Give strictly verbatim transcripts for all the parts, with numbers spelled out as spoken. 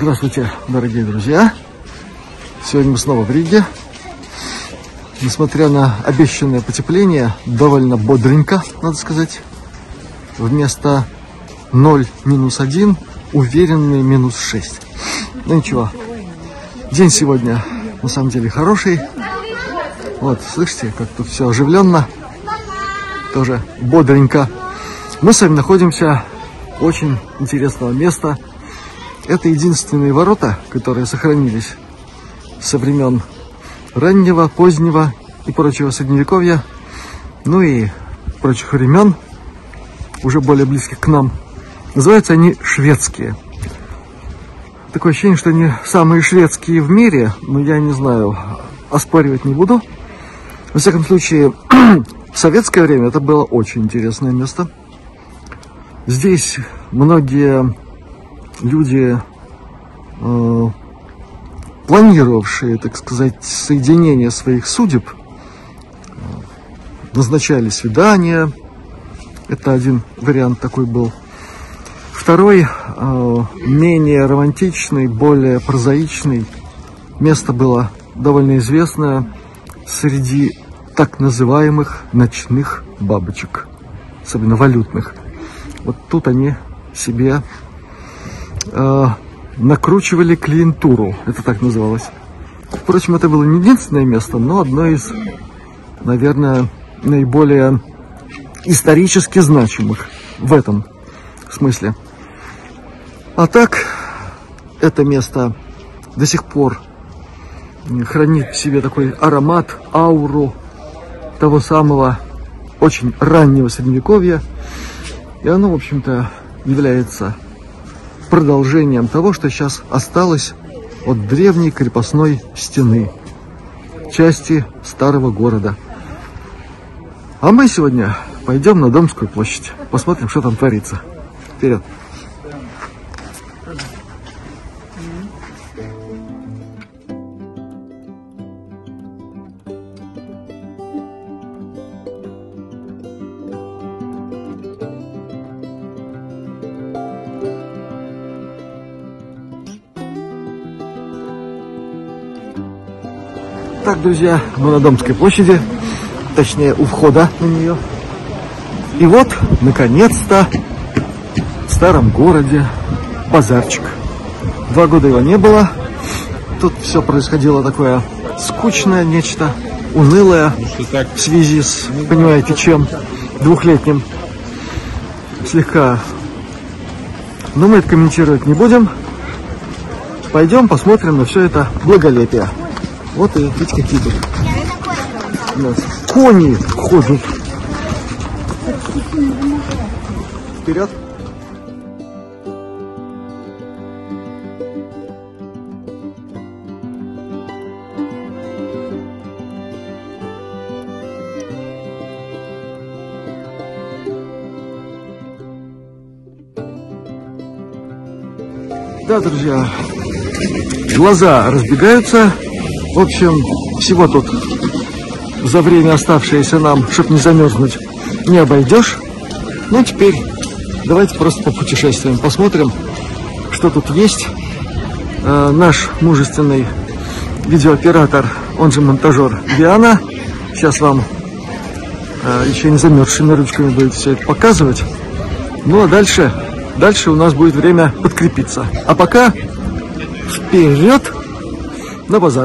Здравствуйте, дорогие друзья! Сегодня мы снова в Риге. Несмотря на обещанное потепление, довольно бодренько, надо сказать. Вместо ноль минус один уверенный минус шесть. Ну ничего, день сегодня на самом деле хороший. Вот, слышите, как тут все оживленно, тоже бодренько. Мы с вами находимся у очень интересного места. Это единственные ворота, которые сохранились со времен раннего, позднего и прочего средневековья, ну и прочих времен, уже более близких к нам. Называются они шведские. Такое ощущение, что они самые шведские в мире, но я не знаю, оспаривать не буду. Во всяком случае, в советское время это было очень интересное место. Здесь многие люди, э, планировавшие, так сказать, соединение своих судеб, назначали свидания. Это один вариант такой был. Второй, э, менее романтичный, более прозаичный. Место было довольно известное среди так называемых ночных бабочек, особенно валютных. Вот тут они себе э, накручивали клиентуру, это так называлось. Впрочем, это было не единственное место, но одно из, наверное, наиболее исторически значимых в этом смысле. А так, это место до сих пор хранит в себе такой аромат, ауру того самого очень раннего средневековья. И оно, в общем-то, является продолжением того, что сейчас осталось от древней крепостной стены, части старого города. А мы сегодня пойдем на Домскую площадь, посмотрим, что там творится. Вперед! Так, друзья, мы на Домской площади, точнее у входа на нее. И вот, наконец-то, в старом городе базарчик. Два года его не было. Тут все происходило такое скучное нечто, унылое, в связи с, понимаете, чем, двухлетним. Слегка. Но мы это комментировать не будем. Пойдем посмотрим на все это благолепие. Вот и видите, какие тут у нас кони ходят. Вперед! Да, друзья, глаза разбегаются. В общем, всего тут за время оставшееся нам, чтобы не замерзнуть, не обойдешь. Ну, теперь давайте просто по путешествиям посмотрим, что тут есть. Э, наш мужественный видеооператор, он же монтажер Диана, сейчас вам э, еще не замерзшими ручками будет все это показывать. Ну, а дальше, дальше у нас будет время подкрепиться. А пока вперед на базар.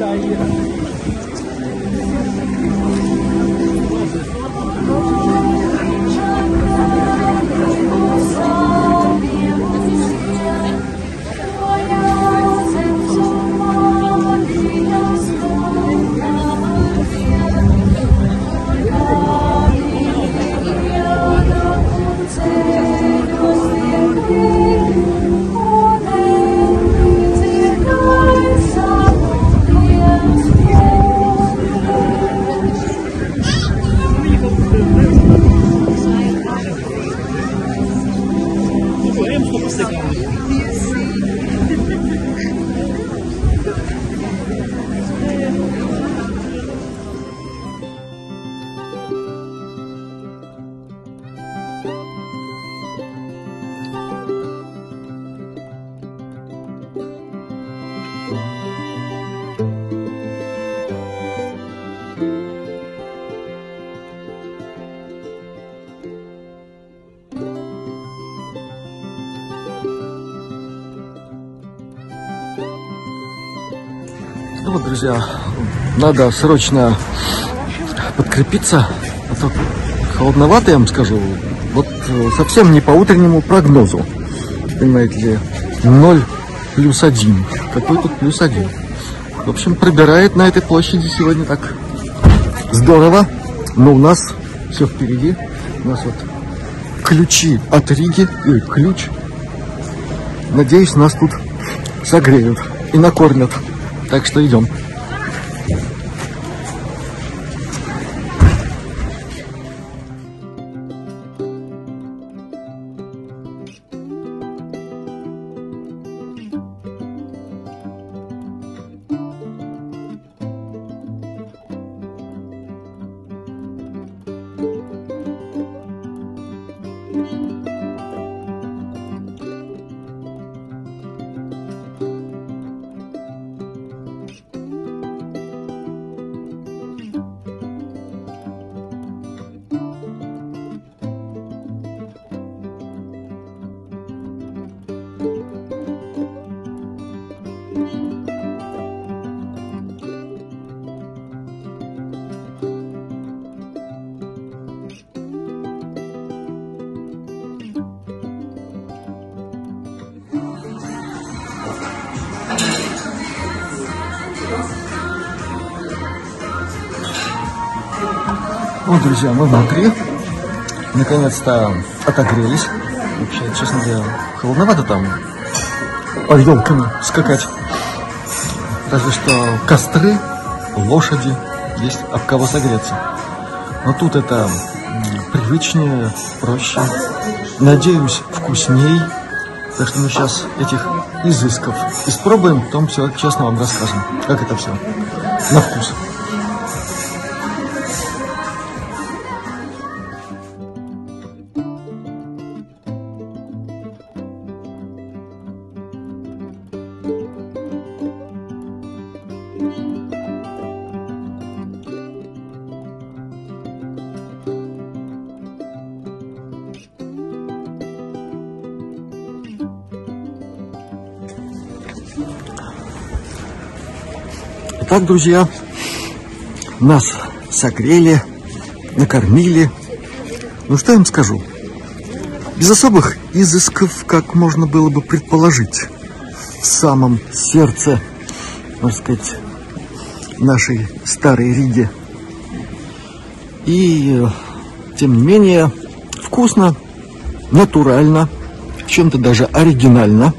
Ну вот, друзья, надо срочно подкрепиться, а то холодновато, я вам скажу. Вот совсем не по утреннему прогнозу, понимаете ли, ноль плюс один. Какой тут плюс один? В общем, пробирает на этой площади сегодня так здорово, но у нас все впереди. У нас вот ключи от Риги, или ключ. Надеюсь, нас тут согреют и накормят. Так что идем. Вот, друзья, мы внутри. Наконец-то отогрелись. Вообще, честно говоря, холодновато там по елкам скакать. Разве что костры, лошади, есть об кого согреться. Но тут это привычнее, проще. Надеюсь, вкусней. Так что мы сейчас этих изысков испробуем, потом все честно вам расскажем, как это все на вкус. Итак, друзья, нас согрели, накормили. Ну, что я им скажу? Без особых изысков, как можно было бы предположить, в самом сердце, можно сказать, нашей старой Риги. И, тем не менее, вкусно, натурально, в чем-то даже оригинально.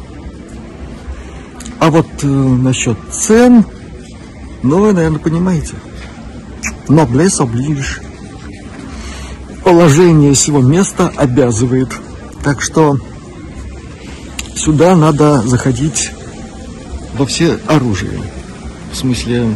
А вот э, насчет цен... Ну, вы, наверное, понимаете. Noblesse oblige. Положение сего места обязывает. Так что сюда надо заходить во все оружие. В смысле,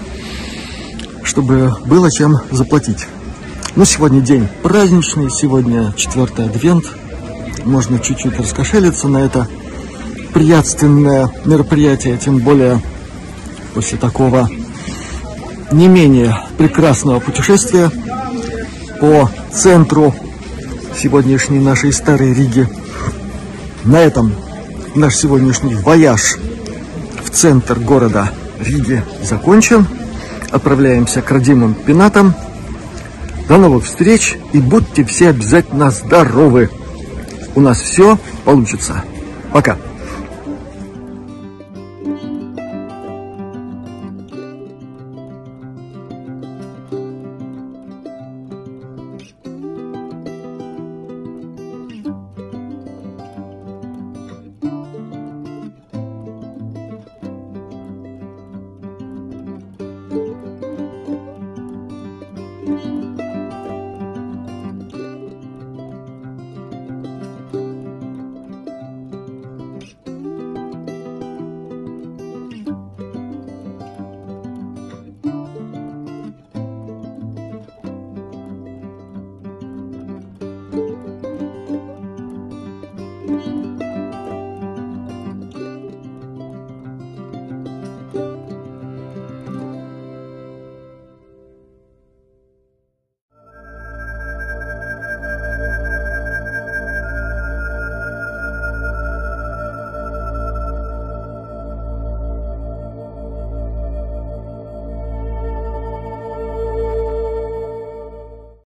чтобы было чем заплатить. Ну, сегодня день праздничный, сегодня четвертый адвент. Можно чуть-чуть раскошелиться на это приятственное мероприятие, тем более после такого не менее прекрасного путешествия по центру сегодняшней нашей старой Риги. На этом наш сегодняшний вояж в центр города Риге закончен. Отправляемся к родимым пенатам. До новых встреч и будьте все обязательно здоровы. У нас все получится. Пока.